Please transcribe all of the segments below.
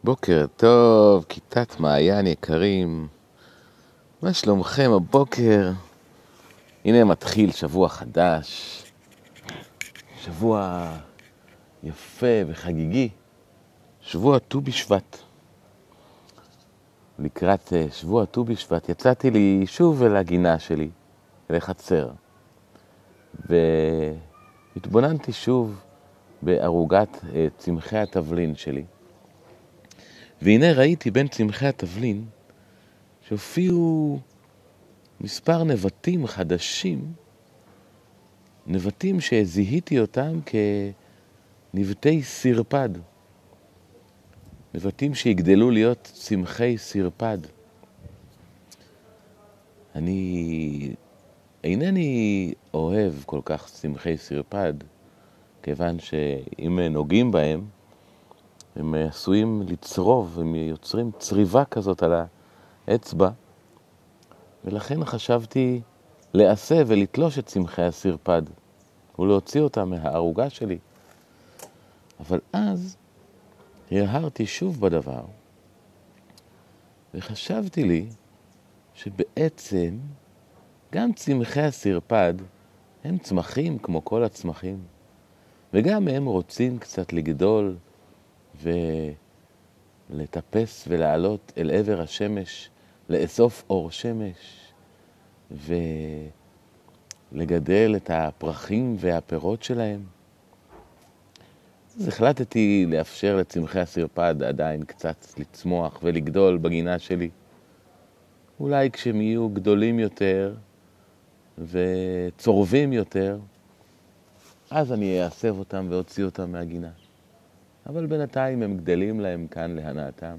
בוקר טוב, כיתת מעיין יקרים. מה שלומכם הבוקר? הנה מתחיל שבוע חדש, שבוע יפה וחגיגי, שבוע ט"ו בשבט. לקראת שבוע ט"ו בשבט יצאתי לי שוב אל הגינה שלי, אל החצר, והתבוננתי שוב בערוגת צמחי התבלין שלי. והנה ראיתי בין צמחי התבלין שהופיעו מספר נבטים חדשים, נבטים שזיהיתי אותם כנבטי סרפד, נבטים שיגדלו להיות צמחי סרפד. אני אינני אוהב כל כך צמחי סרפד, כיוון שאם נוגעים בהם, הם עשויים לצרוב, הם יוצרים צריבה כזאת על האצבע, ולכן חשבתי לעשה ולתלוש את צמחי הסרפד ולהוציא אותם מהערוגה שלי. אבל אז הרהרתי שוב בדבר, וחשבתי לי שבעצם גם צמחי הסרפד הם צמחים כמו כל הצמחים, וגם הם רוצים קצת לגדול ולטפס ולעלות אל עבר השמש, לאסוף אור שמש ולגדל את הפרחים והפירות שלהם. אז החלטתי לאפשר לצמחי הסרפד עדיין קצת לצמוח ולגדול בגינה שלי. אולי כשהם יהיו גדולים יותר וצורבים יותר, אז אני אאסף אותם ואוציא אותם מהגינה. אבל בינתיים הם גדלים להם כאן להנאתם.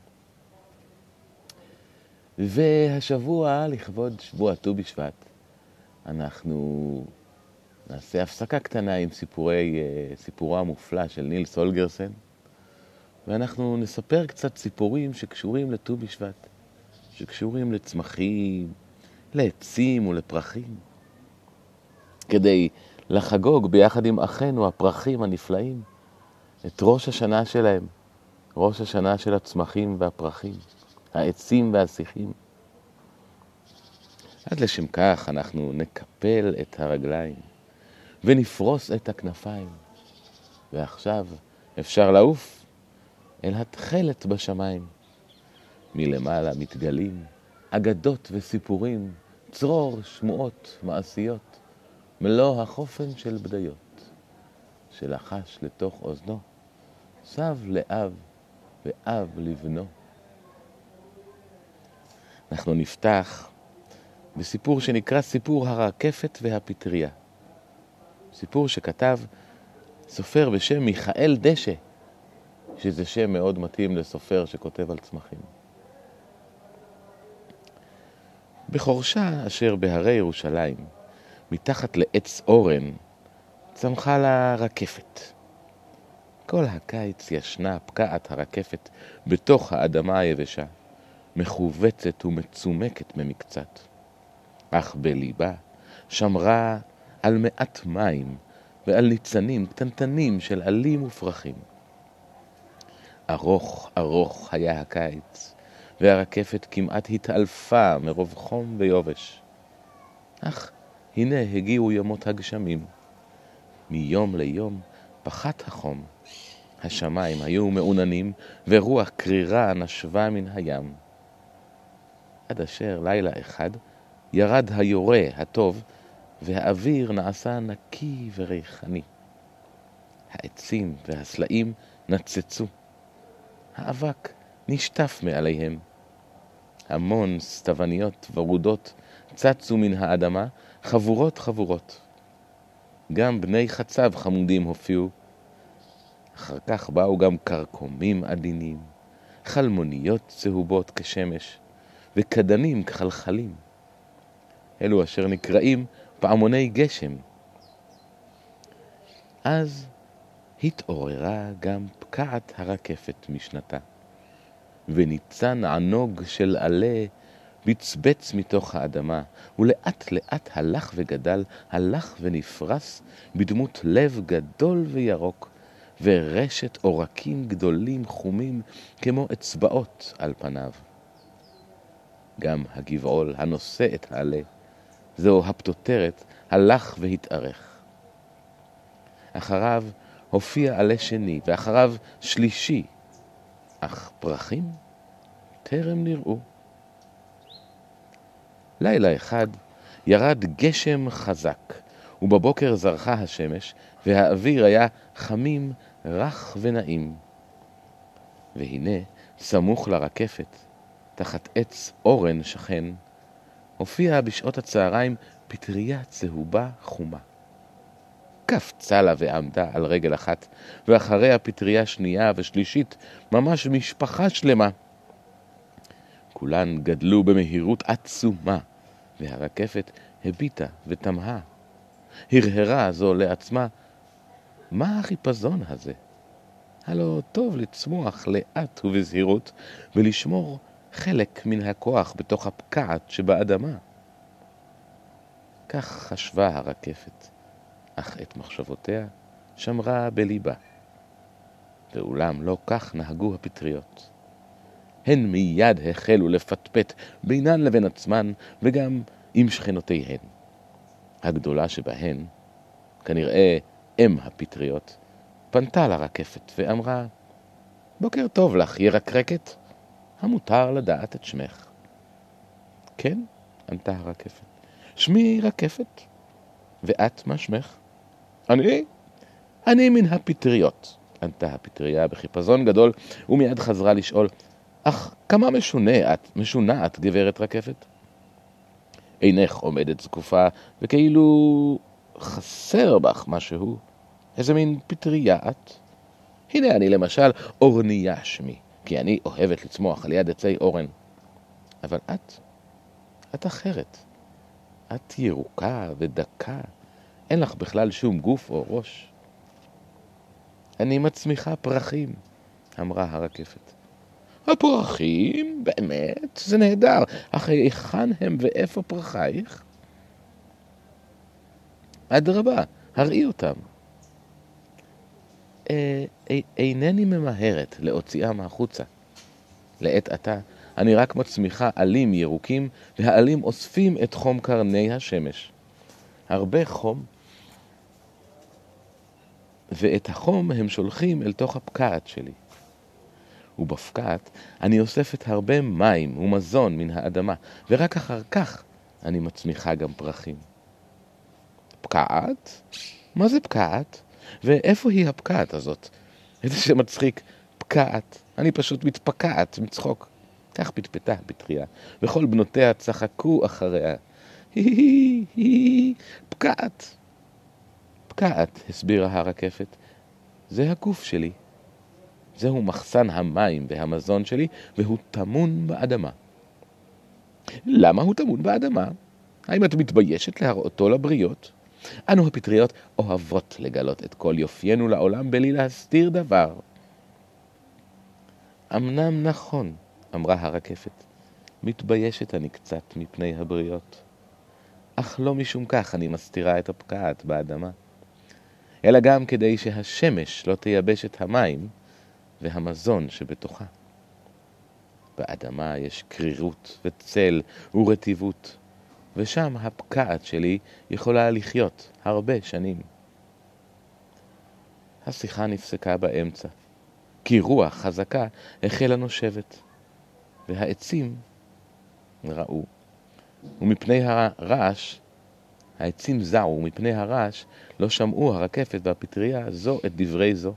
והשבוע, לכבוד שבוע ט"ו בשבט, אנחנו נעשה הפסקה קטנה עם סיפורו המופלא של נילס הולגרסן, ואנחנו נספר קצת סיפורים שקשורים לט"ו בשבט, שקשורים לצמחים, לעצים ולפרחים, כדי לחגוג ביחד עם אחינו הפרחים הנפלאים את ראש השנה שלהם, ראש השנה של הצמחים והפרחים, העצים והשיחים. אז לשם כך אנחנו נקפל את הרגליים ונפרוס את הכנפיים, ועכשיו אפשר לעוף אל התכלת בשמיים. מלמעלה מתגלים אגדות וסיפורים, צרור שמועות מעשיות, מלוא החופן של בדיות, שלחש לתוך אוזנו, סב לאב ואב לבנו. אנחנו נפתח בסיפור שנקרא סיפור הרקפת והפטריה. סיפור שכתב סופר בשם מיכאל דשא, שזה שם מאוד מתאים לסופר שכותב על צמחים. בחורשה אשר בהרי ירושלים, מתחת לעץ אורן, צמחה לה רקפת. כל הקיץ ישנה פקעת הרקפת בתוך האדמה היבשה, מחובצת ומצומקת ממקצת. אך בליבה שמרה על מעט מים ועל ניצנים קטנטנים של עלים ופרחים. ארוך ארוך היה הקיץ, והרקפת כמעט התעלפה מרוב חום ויובש. אך הנה הגיעו ימות הגשמים. מיום ליום פחת החום. השמיים היו מעוננים, ורוח קרירה נשבה מן הים. עד אשר לילה אחד ירד היורה הטוב, והאוויר נעשה נקי וריחני. העצים והסלעים נצצו. האבק נשטף מעליהם. המון סתווניות ורודות צצו מן האדמה, חבורות חבורות. גם בני חצב חמודים הופיעו. אחר כך באו גם קרקומים עדינים, חלמוניות צהובות כשמש, וקדנים כחלחלים. אלו אשר נקראים פעמוני גשם. אז התעוררה גם פקעת הרקפת משנתה, וניצן ענוג של עלה בצבץ מתוך האדמה, ולאט לאט הלך וגדל, הלך ונפרס בדמות לב גדול וירוק, ורשת עורקים גדולים חומים כמו אצבעות על פניו. גם הגבעול הנושא את העלה, זו הפטוטרת, הלך והתארך. אחריו הופיע עלה שני, ואחריו שלישי, אך פרחים טרם נראו. לילה אחד ירד גשם חזק, ובבוקר זרחה השמש, והאוויר היה חמים, רך ונעים. והנה, סמוך לרקפת, תחת עץ אורן שכן, הופיעה בשעות הצהריים פטריה צהובה חומה. קפצה לה ועמדה על רגל אחת, ואחריה פטריה שנייה ושלישית, ממש משפחה שלמה. כולן גדלו במהירות עצומה, והרקפת הביטה ותמהה. הרהרה זו לעצמה, מה החיפזון הזה? הלא טוב לצמוח לאט ובזהירות, ולשמור חלק מן הכוח בתוך הפקעת שבאדמה. כך חשבה הרקפת, אך את מחשבותיה שמרה בליבה. ואולם לא כך נהגו הפטריות. הן מיד החלו לפטפט בינן לבין עצמן, וגם עם שכנותיהן. הגדולה שבהן, כנראה אם הפטריות, פנתה לרקפת ואמרה, בוקר טוב לך, ירקרקת, המותר לדעת את שמך. כן, ענתה הרקפת, שמי רקפת, ואת מה שמך? אני מן הפטריות, ענתה הפטריה בחיפזון גדול, ומיד חזרה לשאול, אך כמה משונה את גברת רקפת? עינך עומדת זקופה, וכאילו חסר בך משהו. איזה מין פטריה את? הנה אני למשל אורניה שמי, כי אני אוהבת לצמוח על יד עצי אורן. אבל את אחרת. את ירוקה ודקה, אין לך בכלל שום גוף או ראש. אני מצמיחה פרחים, אמרה הרקפת. הפרחים? באמת? זה נהדר. אך היכן הם ואיפה פרחייך? אדרבה, הראי אותם. אינני ממהרת להוציאם החוצה. לעת עתה אני רק מצמיחה עלים ירוקים, והעלים אוספים את חום קרני השמש. הרבה חום, ואת החום הם שולחים אל תוך הפקעת שלי. ובפקעת אני אוספת הרבה מים ומזון מן האדמה, ורק אחר כך אני מצמיחה גם פרחים. פקעת? מה זה פקעת? ואיפה היא הפקעת הזאת? איזה שמצחיק, פקעת. אני פשוט מתפקעת מצחוק. כך פטפטה הפטריה, וכל בנותיה צחקו אחריה. פקעת. פקעת, הסבירה הרקפת. זה הגוף שלי. זהו מחסן המים והמזון שלי, והוא תמון באדמה. למה הוא תמון באדמה? האם את מתביישת להראותו לבריות? אנו הפטריות אוהבות לגלות את כל יופיינו לעולם בלי להסתיר דבר. אמנם נכון, אמרה הרקפת, מתביישת אני קצת מפני הבריות. אך לא משום כך אני מסתירה את הפקעת באדמה, אלא גם כדי שהשמש לא תייבש את המים והמזון שבתוכה. באדמה יש קרירות וצל ורטיבות, ושם הפקעת שלי יכולה לחיות הרבה שנים. השיחה נפסקה באמצע, כי רוח חזקה החלה נושבת, והעצים ראו, ומפני הרעש, העצים זעו, ומפני הרעש לא שמעו הרקפת והפטריה זו את דברי זו.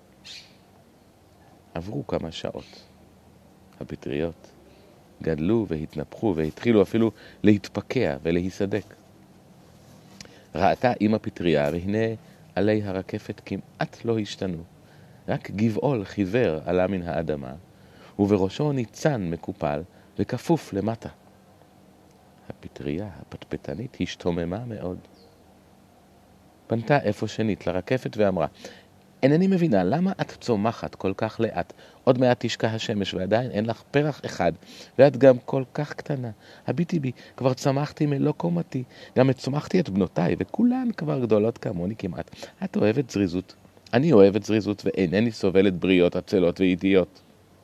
עברו כמה שעות. הפטריות גדלו והתנפחו והתחילו אפילו להתפקע ולהיסדק. ראתה אמא פטריה, והנה עלי הרקפת כמעט לא השתנו. רק גבעול חיוור עלה מן האדמה, ובראשו ניצן מקופל וכפוף למטה. הפטריה הפטפטנית השתוממה מאוד. פנתה איפה שנית לרקפת ואמרה, אינני מבינה למה את צומחת כל כך לאט. עוד מעט תשקע השמש ועדיין אין לך פרח אחד, ואת גם כל כך קטנה. הביטי בי, כבר צמחתי מלוא קומתי, גם צמחתי את בנותיי, וכולן כבר גדולות כמוני כמעט. את אוהבת זריזות. אני אוהבת זריזות ואינני סובלת בריות עצלות ואיטיות.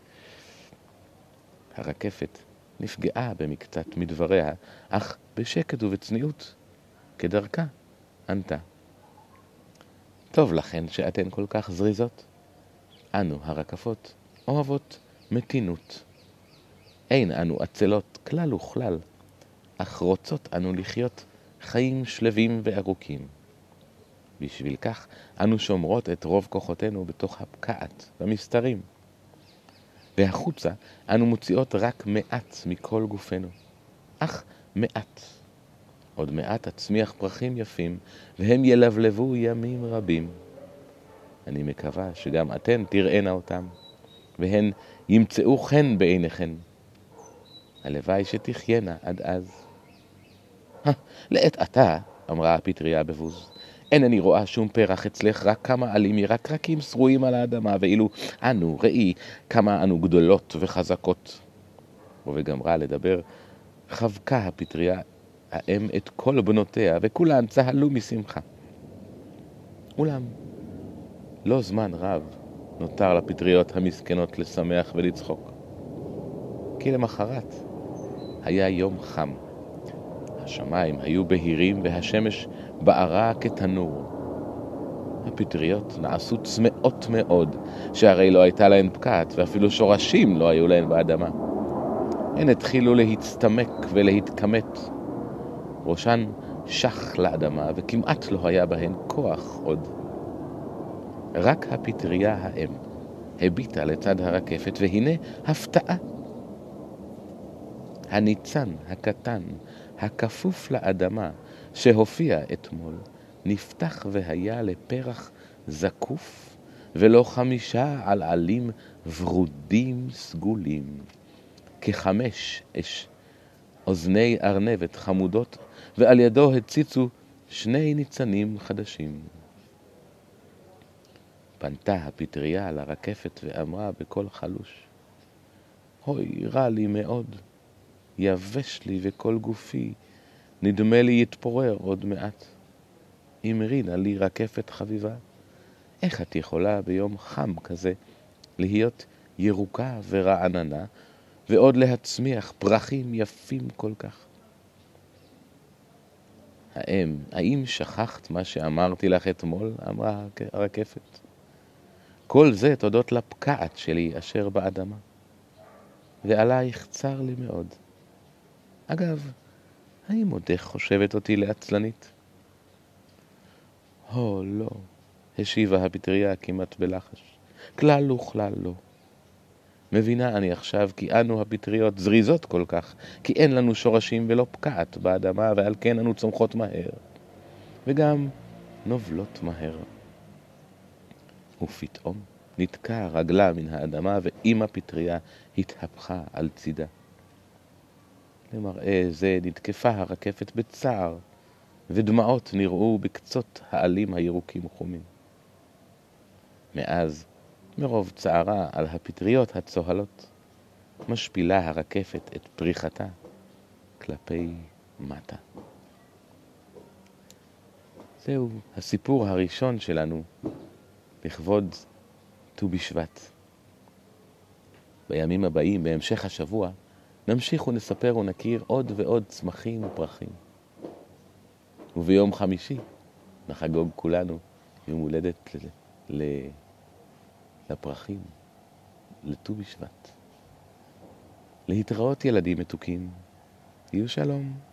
הרקפת נפגעה במקצת מדבריה, אך בשקט ובצניעות, כדרכה, ענתה. טוב לכן שאתן כל כך זריזות. אנו הרקפות אוהבות מתינות. אין אנו עצלות כלל וכלל, אך רוצות אנו לחיות חיים שלווים וארוכים. בשביל כך אנו שומרות את רוב כוחותינו בתוך הפקעת במסתרים. והחוצה אנו מוציאות רק מעט מכל גופנו, אך מעט. עוד מעט תצמיח פרחים יפים, והם ילבלבו ימים רבים. אני מקווה שגם אתן תראינה אותם, והן ימצאו חן בעיניכן. הלוואי שתחיינה עד אז. לעת עתה, אמרה הפטריה בבוז, אינני רואה שום פרח אצלך, רק כמה עלים ירקרקים שרועים על האדמה, ואילו אנו, ראי, כמה אנו גדולות וחזקות. ובגמרה לדבר, חבקה הפטריה האם את כל בנותיה, וכולן צהלו משמחה. אולם, לא זמן רב נותר לפטריות המסכנות לשמח ולצחוק. כי למחרת היה יום חם. השמיים היו בהירים והשמש בערה כתנור. הפטריות נעשו צמאות מאוד, שהרי לא הייתה להן פקעת, ואפילו שורשים לא היו להן באדמה. הן התחילו להצטמק ולהתכמת. ראשן שח לאדמה, וכמעט לא היה בהן כוח עוד. רק הפטריה האם הביטה לצד הרקפת, והנה הפתעה. הניצן הקטן, הכפוף לאדמה, שהופיע אתמול, נפתח והיה לפרח זקוף, ולא 5 עלים ורודים סגולים. 5 אוזני ארנבת חמודות, ועל ידו הציצו 2 ניצנים חדשים. פנתה הפטריה לרקפת ואמרה בקול חלוש, הוי, רע לי מאוד, יבש לי וכל גופי, נדמה לי יתפורר עוד מעט. אמרי נא לי רקפת חביבה, איך את יכולה ביום חם כזה להיות ירוקה ורעננה, ועוד להצמיח פרחים יפים כל כך? האם שכחת מה שאמרתי לך אתמול? אמרה הרקפת. כל זה תודות לפקעת שלי אשר באדמה, ועלייך צר לי מאוד. אגב, האם עודך חושבת אותי לעצלנית? לא, השיבה הפטריה כמעט בלחש. כלל וכלל לא. מבינה אני עכשיו כי אנו הפטריות זריזות כל כך, כי אין לנו שורשים ולא פקעת באדמה, ועל כן אנו צומחות מהר, וגם נובלות מהר. ופתאום נתקע רגלה מן האדמה, ואמא פטריה התהפכה על צידה. למראה זה נתקפה הרקפת בצער, ודמעות נראו בקצות העלים הירוקים חומים. מאז, מרוב צערה על הפטריות הצוהלות, משפילה הרקפת את פריחתה כלפי מטה. זהו הסיפור הראשון שלנו לכבוד ט"ו בשבט. בימים הבאים, בהמשך השבוע, נמשיך ונספר ונכיר עוד ועוד צמחים ופרחים. וביום חמישי נחגוג כולנו יום הולדת לפרחים, לט"ו בשבט. להתראות ילדים מתוקים, יהיו שלום.